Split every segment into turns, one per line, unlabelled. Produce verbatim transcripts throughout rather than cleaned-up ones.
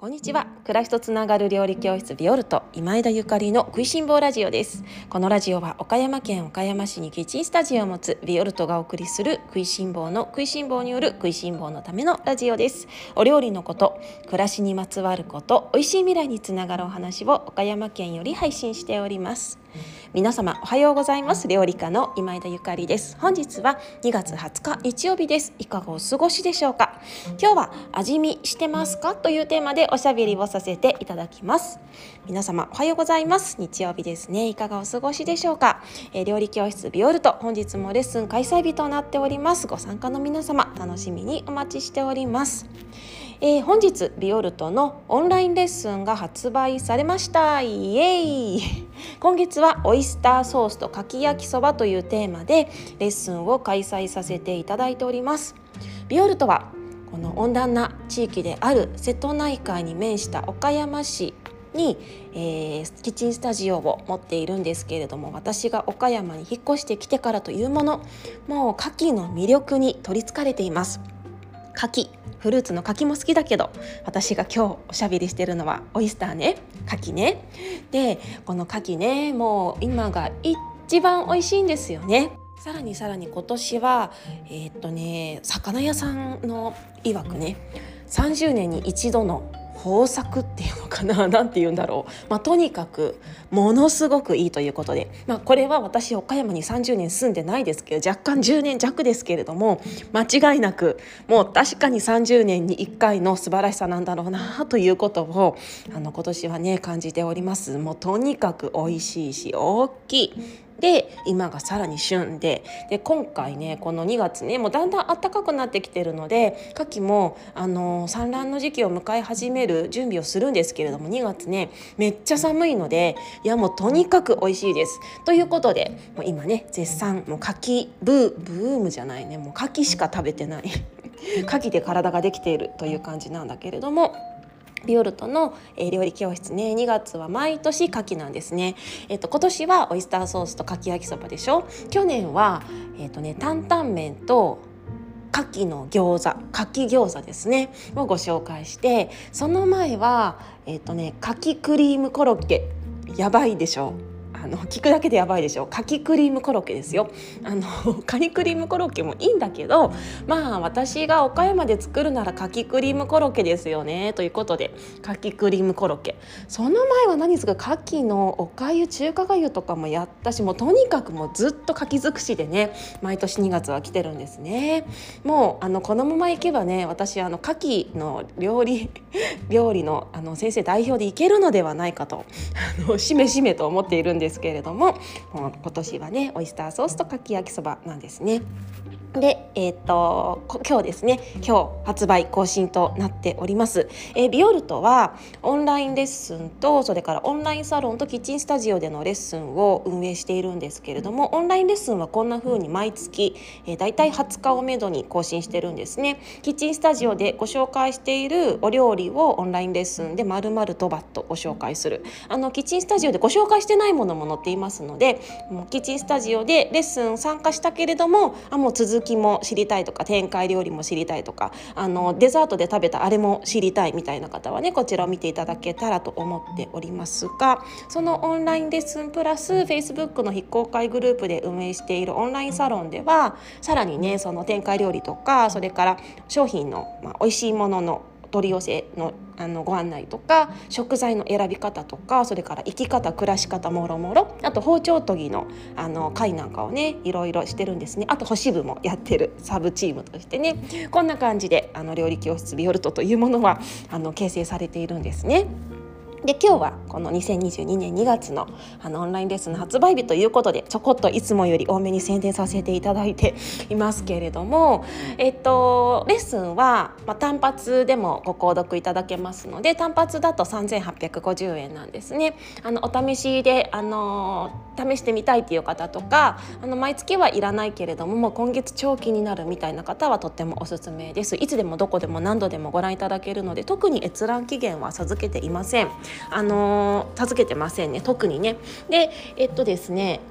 んにちは。暮らしとつながる料理教室ビオルト今枝ゆかりの食いしん坊ラジオです。このラジオは岡山県岡山市にキッチンスタジオを持つビオルトがお送りする食いしん坊の食いしん坊による食いしん坊のためのラジオです。お料理のこと、暮らしにまつわること、美味しい未来につながるお話を岡山県より配信しております。皆様おはようございます。料理家の今枝ゆかりです。本日はにがつはつか日曜日です。いかがお過ごしでしょうか。今日は味見してますかというテーマでおしゃべりをさせていただきます。皆様おはようございます。日曜日ですね。いかがお過ごしでしょうか。えー、料理教室ビオルト、本日もレッスン開催日となっております。ご参加の皆様楽しみにお待ちしております。えー、本日ビオルトのオンラインレッスンが発売されました。イエーイ。今月はオイスターソースとかき焼きそばというテーマでレッスンを開催させていただいております。ビオルトはこの温暖な地域である瀬戸内海に面した岡山市に、えー、キッチンスタジオを持っているんですけれども、私が岡山に引っ越してきてからというもの、もう牡蠣の魅力に取りつかれています。牡蠣、フルーツの牡蠣も好きだけど、私が今日おしゃべりしてるのはオイスターね、牡蠣ね。でこの牡蠣ね、もう今が一番美味しいんですよね。さらにさらに今年はえー、っとね魚屋さんの曰くね、さんじゅうねんに一度の豊作っていうのかな、なんて言うんだろう、まあ、とにかくものすごくいいということで、まあ、これは私岡山にさんじゅうねん住んでないですけど、若干じゅうねんじゃくですけれども、間違いなくもう確かにさんじゅうねんにいっかいの素晴らしさなんだろうなということをあの今年はね感じております。もうとにかく美味しいし大きいで、今がさらに旬で、で今回ねこのにがつね、もうだんだん暖かくなってきてるので、牡蠣もあの産卵の時期を迎え始める準備をするんですけれども、にがつねめっちゃ寒いので、いやもうとにかく美味しいですということで、もう今ね絶賛もう牡蠣ブーブームじゃないね、もう牡蠣しか食べてない牡蠣で体ができているという感じなんだけれども、ビオルトの、えー、料理教室ね、にがつは毎年牡蠣なんですね。えっと、今年はオイスターソースとかき焼きそばでしょ。去年は、えっとね、担々麺と牡蠣の餃子、牡蠣餃子ですねをご紹介して、その前は、えっとね、牡蠣クリームコロッケ、やばいでしょ。あの聞くだけでやばいでしょ。牡蠣クリームコロッケですよ。あのカニクリームコロッケもいいんだけど、まあ私が岡山で作るなら牡蠣クリームコロッケですよねということで、牡蠣クリームコロッケ。その前は何ですか、牡蠣のおかゆ、中華がゆとかもやったし、もうとにかくもうずっと牡蠣尽くしでね、毎年にがつは来てるんですね。もうあのこのままいけばね、私あの牡蠣の料理料理のあの先生代表でいけるのではないかとあのしめしめと思っているんですけれども、もう今年はねオイスターソースとかき焼きそばなんですね。で、えー、と今日ですね、今日発売更新となっております。えー、ビオルトはオンラインレッスンと、それからオンラインサロンとキッチンスタジオでのレッスンを運営しているんですけれども、オンラインレッスンはこんな風に毎月、えー、だいたいはつかをめどに更新してるんですね。キッチンスタジオでご紹介しているお料理をオンラインレッスンでまるまるとバッとご紹介する、あのキッチンスタジオでご紹介してないものも載っていますので、もうキッチンスタジオでレッスン参加したけれども、あもう続きも知りたいとか、展開料理も知りたいとか、あのデザートで食べたあれも知りたいみたいな方はね、こちらを見ていただけたらと思っておりますが、そのオンラインレッスンプラス Facebook の非公開グループで運営しているオンラインサロンでは、さらにねその展開料理とか、それから商品の、まあ、美味しいものの取り寄せ の, あのご案内とか、食材の選び方とか、それから生き方、暮らし方もろもろ、あと包丁研ぎのあの会なんかをねいろいろしてるんですね。あと干し部もやってるサブチームとしてね、こんな感じであの料理教室ビオルトというものはあの形成されているんですね。で今日はこのにせんにじゅうにねんにがつの、あのオンラインレッスンの発売日ということで、ちょこっといつもより多めに宣伝させていただいていますけれども、えっと、レッスンは、まあ、単発でもご購読いただけますので、単発だとさんぜんはっぴゃくごじゅうえんなんですね。あのお試しであの試してみたいという方とか、あの毎月はいらないけれどももう今月長期になるみたいな方はとってもおすすめです。いつでもどこでも何度でもご覧いただけるので、特に閲覧期限は授けていません。あのー、授けてませんね、特にね。で、えっとですね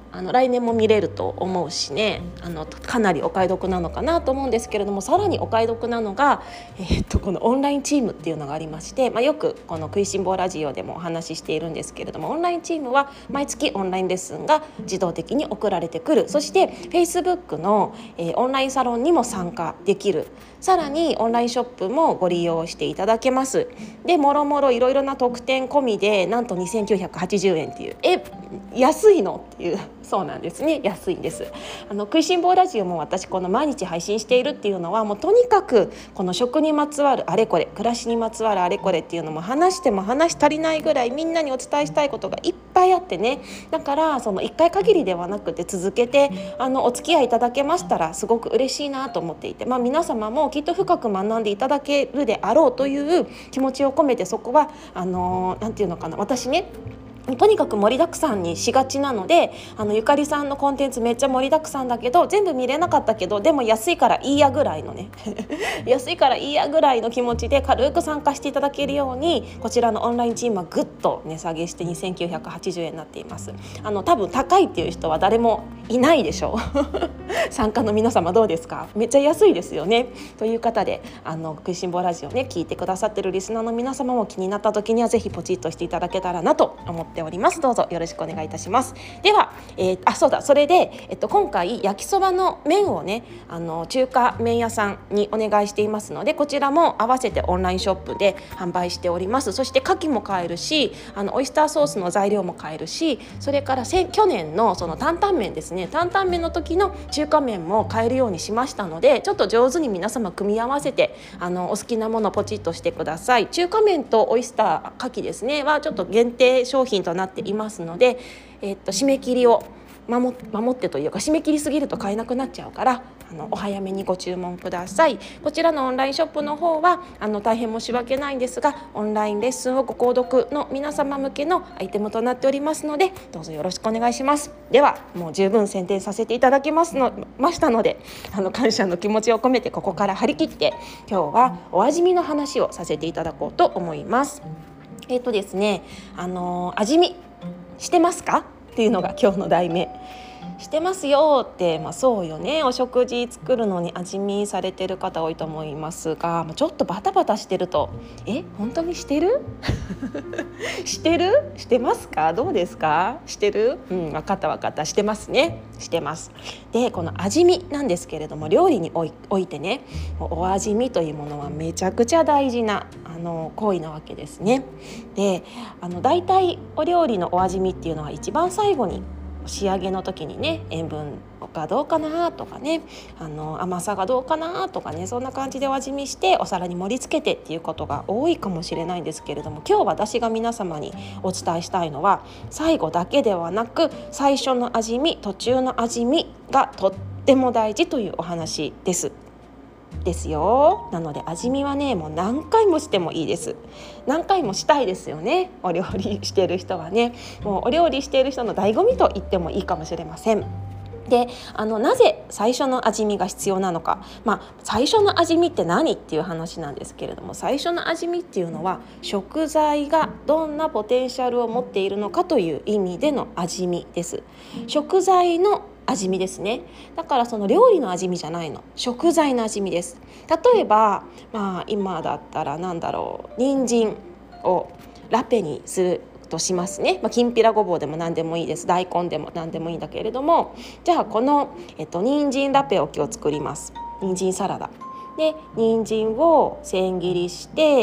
あの来年も見れると思うしね、あのかなりお買い得なのかなと思うんですけれども、さらにお買い得なのが、えー、っとこのオンラインチームっていうのがありまして、まあ、よくこの食いしん坊ラジオでもお話ししているんですけれども、オンラインチームは毎月オンラインレッスンが自動的に送られてくる。そして Facebook の、えー、オンラインサロンにも参加できる。さらにオンラインショップもご利用していただけます。でもろもろいろいろな特典込みでなんとにせんきゅうひゃくはちじゅうえんっていう、え安いのっていう、そうなんですね、安いんです。あの食いしん坊ラジオも私この毎日配信しているっていうのは、もうとにかくこの食にまつわるあれこれ、暮らしにまつわるあれこれっていうのも話しても話し足りないぐらいみんなにお伝えしたいことがいっぱいあってね、だからそのいっかい限りではなくて続けてあのお付き合いいただけましたらすごく嬉しいなと思っていて、まあ、皆様もきっと深く学んでいただけるであろうという気持ちを込めて、そこはあのなんていうのかな、私ねとにかく盛りだくさんにしがちなので、あのゆかりさんのコンテンツめっちゃ盛りだくさんだけど全部見れなかったけど、でも安いからいいやぐらいのね安いからいいやぐらいの気持ちで軽く参加していただけるように、こちらのオンラインチームはぐっと値下げしてにせんきゅうひゃくはちじゅうえんになっています。あの多分高いっていう人は誰もいないでしょう参加の皆様どうですか？めっちゃ安いですよね。という方で、あの食いしん坊ラジオね聞いてくださってるリスナーの皆様も気になった時にはぜひポチッとしていただけたらなと思っております。どうぞよろしくお願いいたします。では、えー、あそうだそれで、えっと、今回焼きそばの麺をね、あの中華麺屋さんにお願いしていますので、こちらも合わせてオンラインショップで販売しております。そして牡蠣も買えるし、あのオイスターソースの材料も買えるし、それからせ去年のその担々麺ですね、担々麺の時の中華麺も買えるようにしましたので、ちょっと上手に皆様組み合わせてあのお好きなものをポチッとしてください。中華麺とオイスター牡蠣ですねはちょっと限定商品となっていますので、えっと、締め切りを守, 守ってというか、締め切りすぎると買えなくなっちゃうから、あのお早めにご注文ください。こちらのオンラインショップの方はあの大変申し訳ないんですが、オンラインレッスンをご購読の皆様向けのアイテムとなっておりますので、どうぞよろしくお願いします。ではもう十分宣伝させていただきますのましたので、あの感謝の気持ちを込めてここから張り切って今日はお味見の話をさせていただこうと思います。えっとですね、あの味見してますかっていうのが今日の題名。してますよって、まあ、そうよね、お食事作るのに味見されてる方多いと思いますが、ちょっとバタバタしてると、え本当にしてるしてるしてますか？どうですか？してる？うん、分かった分かった、してますね、してます。でこの味見なんですけれども、料理にお い, おいてね、お味見というものはめちゃくちゃ大事なあの行為なわけですね。であのだいたいお料理のお味見っていうのは一番最後に、仕上げの時にね、塩分がどうかなとかね、あの甘さがどうかなとかね、そんな感じでお味見してお皿に盛り付けてっていうことが多いかもしれないんですけれども、今日私が皆様にお伝えしたいのは、最後だけではなく最初の味見、途中の味見がとっても大事というお話ですですよ。なので味見はね、もう何回もしてもいいです。何回もしたいですよね。お料理している人はね、もうお料理している人の醍醐味と言ってもいいかもしれません。であのなぜ最初の味見が必要なのか、まあ、最初の味見って何っていう話なんですけれども、最初の味見っていうのは食材がどんなポテンシャルを持っているのかという意味での味見です。食材の味見ですね。だからその料理の味見じゃないの、食材の味見です。例えば、まあ、今だったらなんだろう、人参をラペにするとしますね。まあ、きんぴらごぼうでも何でもいいです。大根でも何でもいいんだけれども、じゃあこの、えっと、人参ラペを今日作ります。人参サラダで、人参を千切りして、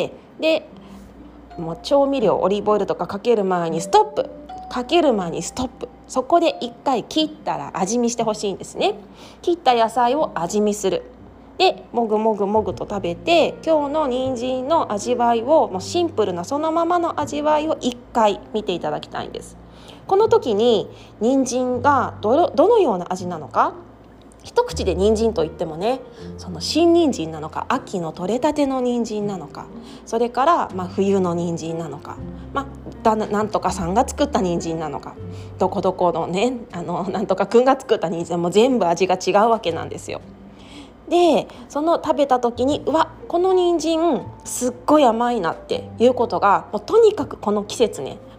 でもう調味料オリーブオイルとかかける前にストップかける前にストップそこで一回切ったら味見してほしいんですね。切った野菜を味見する。でもぐもぐもぐと食べて、今日の人参の味わいを、もうシンプルなそのままの味わいを一回見ていただきたいんです。この時に人参が ど, どのような味なのか、一口で人参といってもね、その新人参なのか、秋の採れたての人参なのか、それから、まあ、冬の人参なのか、まあ、だなんとかさんが作った人参なのか、どこどこのね、あのなんとかくんが作った人参も全部味が違うわけなんですよ。でその食べた時に、うわこの人参すっごい甘いなっていうことが、もうとにかくこの季節ね、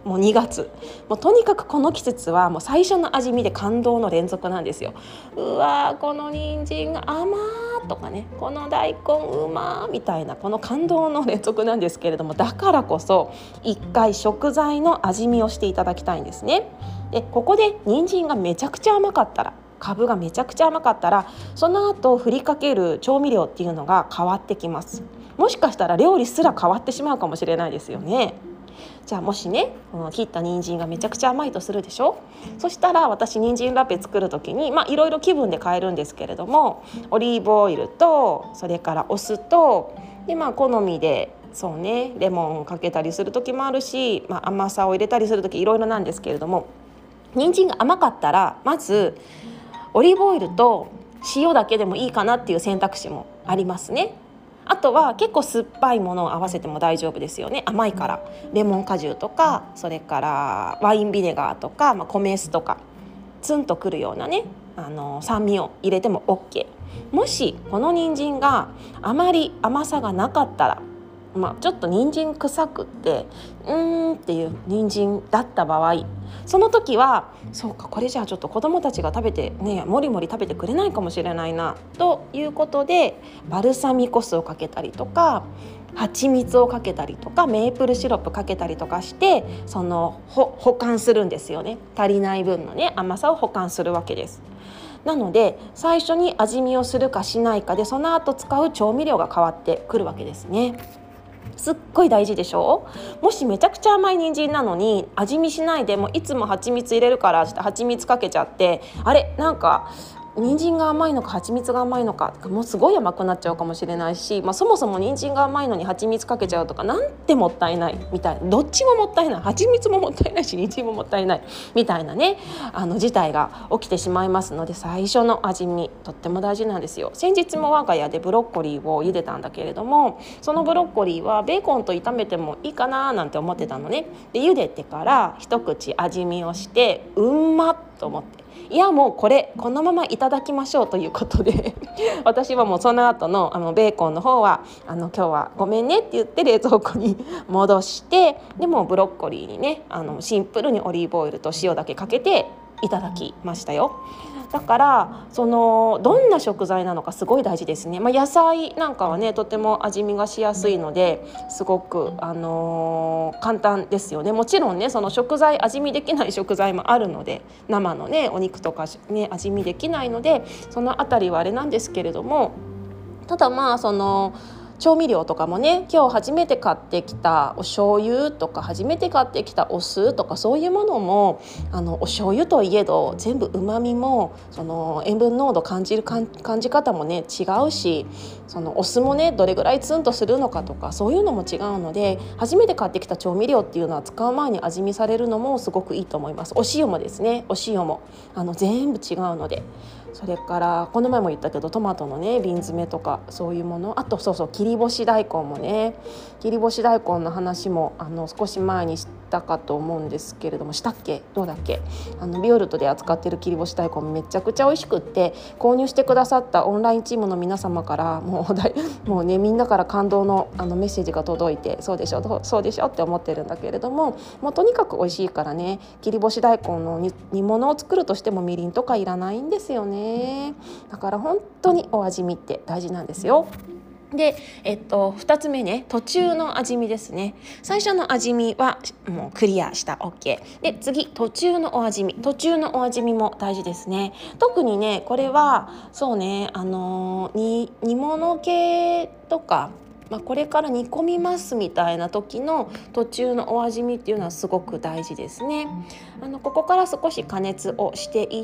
もうにがつ、もうとにかくこの季節はもう最初の味見で感動の連続なんですよ。うわーこの人参が甘ーとかね、この大根うまーみたいな、この感動の連続なんですけれども、だからこそ一回食材の味見をしていただきたいんですね。でここで人参がめちゃくちゃ甘かったら、カブがめちゃくちゃ甘かったら、その後振りかける調味料っていうのが変わってきます。もしかしたら料理すら変わってしまうかもしれないですよね。じゃあもしね、この切った人参がめちゃくちゃ甘いとするでしょ。そしたら私人参ラペ作る時にまあいろいろ気分で変えるんですけれども、オリーブオイルとそれからお酢とで、まあ好みでそうねレモンかけたりする時もあるし、まあ、甘さを入れたりする時いろいろなんですけれども、人参が甘かったらまずオリーブオイルと塩だけでもいいかなっていう選択肢もありますね。あとは結構酸っぱいものを合わせても大丈夫ですよね。甘いからレモン果汁とか、それからワインビネガーとか、まあ、米酢とかツンとくるようなね、あの酸味を入れても OK。 もしこの人参があまり甘さがなかったら、まあ、ちょっと人参臭くってうーんっていう人参だった場合、その時はそうか、これじゃあちょっと子どもたちが食べてねもりもり食べてくれないかもしれないなということで、バルサミコ酢をかけたりとか蜂蜜をかけたりとかメープルシロップかけたりとかして、その保管するんですよね。足りない分のね甘さを保管するわけです。なので最初に味見をするかしないかで、その後使う調味料が変わってくるわけですね。すっごい大事でしょ。もしめちゃくちゃ甘い人参なのに味見しないで、もういつも蜂蜜入れるからって蜂蜜かけちゃって、あれなんか人参が甘いのか蜂蜜が甘いのか、もうすごい甘くなっちゃうかもしれないし、まあ、そもそも人参が甘いのに蜂蜜かけちゃうとかなんてもったいないみたいな、どっちももったいない、蜂蜜ももったいないし人参ももったいないみたいなね、あの事態が起きてしまいますので、最初の味見とっても大事なんですよ。先日も我が家でブロッコリーを茹でたんだけれども、そのブロッコリーはベーコンと炒めてもいいかななんて思ってたのね。で茹でてから一口味見をして、うんまっと思って、いやもうこれこのままいただきましょうということで私はもうその後のあのベーコンの方はあの今日はごめんねって言って冷蔵庫に戻して、でもブロッコリーにねあのシンプルにオリーブオイルと塩だけかけていただきましたよ。だからそのどんな食材なのかすごい大事ですね。まあ、野菜なんかはねとても味見がしやすいのですごく、あのー、簡単ですよね。もちろんねその食材味見できない食材もあるので、生のねお肉とかね味見できないのでそのあたりはあれなんですけれども、ただまあその調味料とかもね、今日初めて買ってきたお醤油とか初めて買ってきたお酢とかそういうものも、あのお醤油といえど全部うまみもその塩分濃度感じる感じ方もね違うし、そのお酢もねどれぐらいツンとするのかとかそういうのも違うので、初めて買ってきた調味料っていうのは使う前に味見されるのもすごくいいと思います。お塩もですね、お塩もあの全部違うので。それからこの前も言ったけどトマトのね瓶詰めとかそういうもの、あとそうそう切り干し大根もね、切り干し大根の話もあの少し前にしたかと思うんですけれども、したっけどうだっけ、あのビオルトで扱ってる切り干し大根めちゃくちゃ美味しくって、購入してくださったオンラインチームの皆様からもうだいもうねみんなから感動のあのメッセージが届いて、そうでしょそうでしょって思ってるんだけれども、もうとにかく美味しいからね、切り干し大根の煮物を作るとしてもみりんとかいらないんですよね。だから本当にお味見って大事なんですよ。で、えっと、ふたつめね、途中の味見ですね。最初の味見はもうクリアした OK で、次途中のお味見、途中のお味見も大事ですね。特にねこれはそうね、あのー、煮物系とか、まあ、これから煮込みますみたいな時の途中のお味見っていうのはすごく大事ですね。あのここから少し加熱をしていって、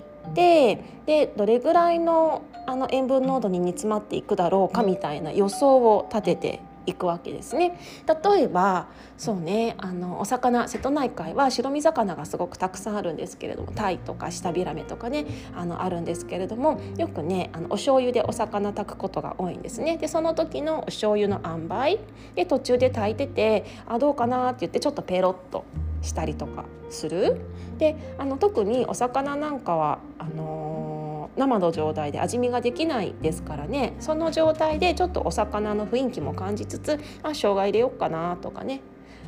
でどれぐらいの、あの塩分濃度に煮詰まっていくだろうかみたいな予想を立てていくわけですね。例えばそうね、あのお魚、瀬戸内海は白身魚がすごくたくさんあるんですけれども、タイとかシタビラメとかねあのあるんですけれども、よくねあのお醤油でお魚炊くことが多いんですね。でその時のお醤油の塩梅で途中で炊いてて、あどうかなって言ってちょっとペロッとしたりとかする。であの特にお魚なんかはあのー生の状態で味見ができないですからね、その状態でちょっとお魚の雰囲気も感じつつ、あ生姜入れようかなとかね、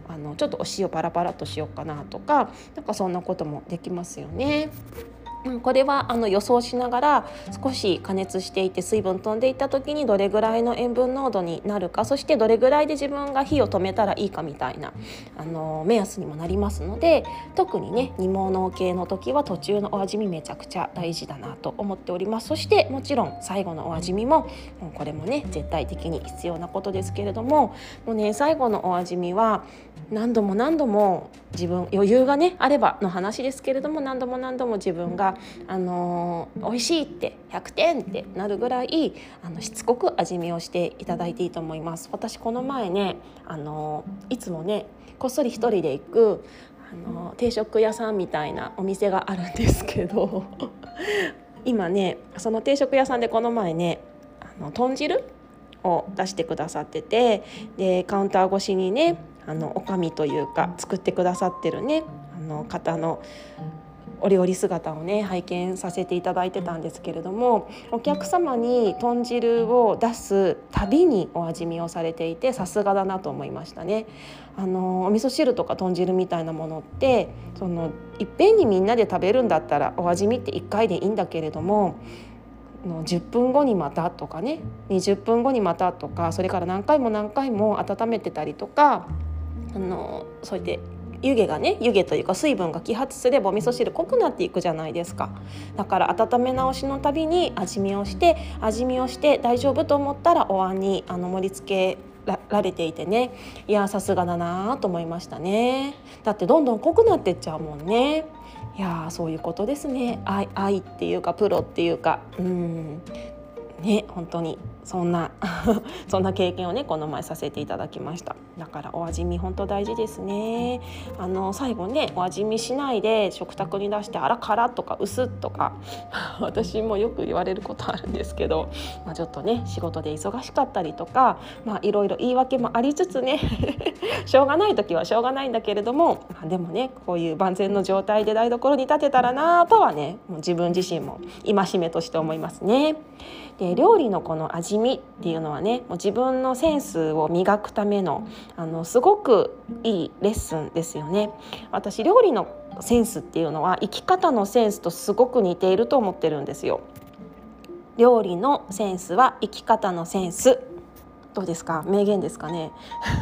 あのちょっとお塩パラパラっとしようかなとか、なんかそんなこともできますよね。これはあの予想しながら少し加熱していて水分飛んでいった時にどれぐらいの塩分濃度になるか、そしてどれぐらいで自分が火を止めたらいいかみたいなあの目安にもなりますので、特にね煮物系の時は途中のお味見めちゃくちゃ大事だなと思っております。そしてもちろん最後のお味見ももうこれもね絶対的に必要なことですけれども、もうね最後のお味見は何度も何度も自分余裕がねあればの話ですけれども、何度も何度も自分があの美味しいってひゃくてんってなるぐらいあのしつこく味見をしていただいていいと思います。私この前ねあのいつもねこっそり一人で行くあの定食屋さんみたいなお店があるんですけど今ねその定食屋さんでこの前ねあの豚汁を出してくださってて、でカウンター越しにねあのおかみというか作ってくださってるねあの方のお料理姿をね拝見させていただいてたんですけれども、お客様に豚汁を出すたびにお味見をされていて、さすがだなと思いましたね。あのお味噌汁とか豚汁みたいなものってそのいっぺんにみんなで食べるんだったらお味見っていっかいでいいんだけれども、じゅっぷんごにまたとかねにじゅっぷんごにまたとか、それから何回も何回も温めてたりとか、あのそうやって湯気がね湯気というか水分が揮発すればお味噌汁濃くなっていくじゃないですか。だから温め直しのたびに味見をして味見をして大丈夫と思ったらお椀にあの盛り付けられていてね、いやさすがだなと思いましたね。だってどんどん濃くなってっちゃうもんね。いやそういうことですね。愛、愛っていうかプロっていうか、うんね、本当にそんなそんな経験をねこの前させていただきました。だからお味見本当大事ですね。あの最後ねお味見しないで食卓に出してあら辛とか薄とか私もよく言われることあるんですけど、まあ、ちょっとね仕事で忙しかったりとか、まあいろいろ言い訳もありつつねしょうがない時はしょうがないんだけれども、まあ、でもねこういう万全の状態で台所に立てたらなとはねもう自分自身も戒めとして思いますね。で料理のこの味見っていうのはねもう自分のセンスを磨くためのあのすごくいいレッスンですよね。私料理のセンスっていうのは生き方のセンスとすごく似ていると思ってるんですよ。料理のセンスは生き方のセンス。どうですか？名言ですかね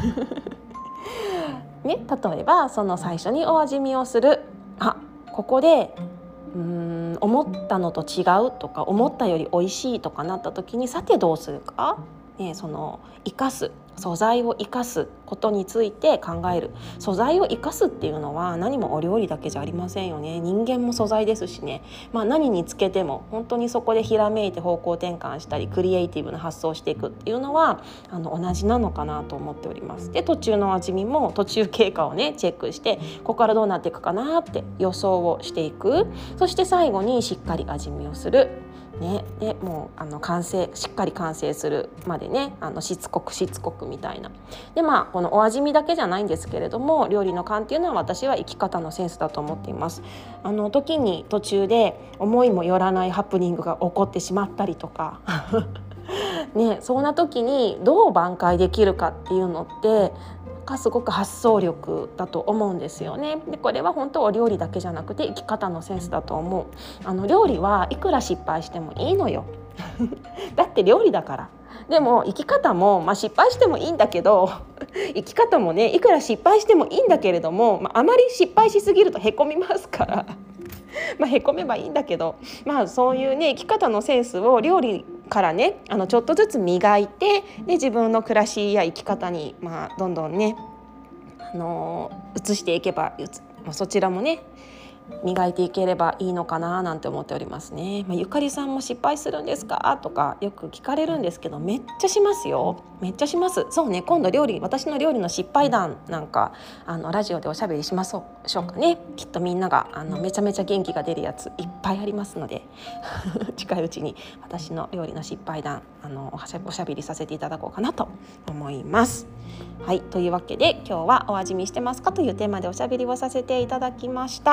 ね、例えばその最初にお味見をする、あここでうーん思ったのと違うとか思ったより美味しいとかなった時にさてどうするか、ね、その生かす素材を生かすことについて考える。素材を生かすっていうのは何もお料理だけじゃありませんよね。人間も素材ですしね、まあ、何につけても本当にそこでひらめいて方向転換したりクリエイティブな発想をしていくっていうのはあの同じなのかなと思っております。で途中の味見も途中経過をねチェックしてここからどうなっていくかなって予想をしていく。そして最後にしっかり味見をするね、でもうあの完成しっかり完成するまでねあのしつこくしつこくみたいな。でまあこのお味見だけじゃないんですけれども料理の勘っていうのは私は生き方のセンスだと思っています。あの時に途中で思いもよらないハプニングが起こってしまったりとかね、そんな時にどう挽回できるかっていうのってがすごく発想力だと思うんですよね。でこれは本当お料理だけじゃなくて生き方のセンスだと思う。あの料理はいくら失敗してもいいのよだって料理だから。でも生き方も、まあ、失敗してもいいんだけど生き方もねいくら失敗してもいいんだけれども、まあ、あまり失敗しすぎるとへこみますからまあへこめばいいんだけど、まあ、そういうね生き方のセンスを料理からねあのちょっとずつ磨いてで自分の暮らしや生き方に、まあ、どんどんね、あのー、移していけばそちらもね磨いていければいいのかななんて思っておりますね。まあ、ゆかりさんも失敗するんですかとかよく聞かれるんですけどめっちゃしますよ。めっちゃします。そうね今度料理私の料理の失敗談なんかあのラジオでおしゃべりしましょうかね。きっとみんながあのめちゃめちゃ元気が出るやついっぱいありますので近いうちに私の料理の失敗談あのおしゃ、おしゃべりさせていただこうかなと思います。はいというわけで今日はお味見してますかというテーマでおしゃべりをさせていただきました。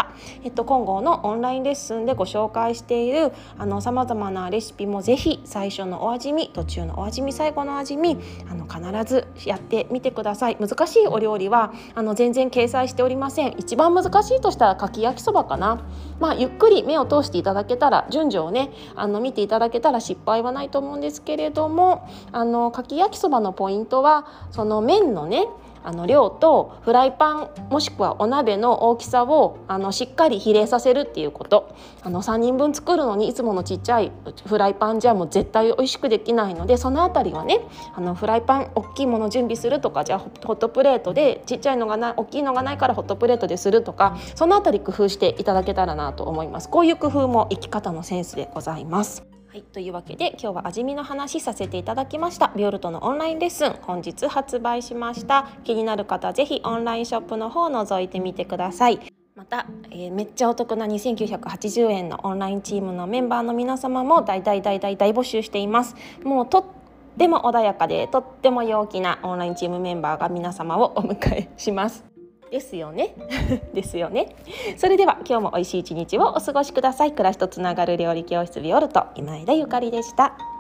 えっと、今後のオンラインレッスンでご紹介しているあの様々なレシピもぜひ最初のお味見、途中のお味見、最後の味見あの必ずやってみてください。難しいお料理はあの全然掲載しておりません。一番難しいとしたらかき焼きそばかな。まあ、ゆっくり目を通していただけたら、順序をねあの見ていただけたら失敗はないと思うんですけれども、あのかき焼きそばのポイントはその麺のねあの量とフライパンもしくはお鍋の大きさをあのしっかり比例させるっていうこと。あのさんにんぶん作るのにいつものちっちゃいフライパンじゃもう絶対美味しくできないので、そのあたりはねあのフライパン大きいもの準備するとか、じゃあホットプレートでちっちゃいのがない大きいのがないからホットプレートでするとか、そのあたり工夫していただけたらなと思います。こういう工夫も生き方のセンスでございます。はい、というわけで今日は味見の話させていただきました。ビオルトのオンラインレッスン本日発売しました。気になる方ぜひオンラインショップの方を覗いてみてください。また、えー、めっちゃお得なにせんきゅうひゃくはちじゅうえんのオンラインチームのメンバーの皆様も大大大大大募集しています。もうとっても穏やかでとっても陽気なオンラインチームメンバーが皆様をお迎えしますですよねですよね。それでは今日も美味しい一日をお過ごしください。暮らしとつながる料理教室ビオルト今枝ゆかりでした。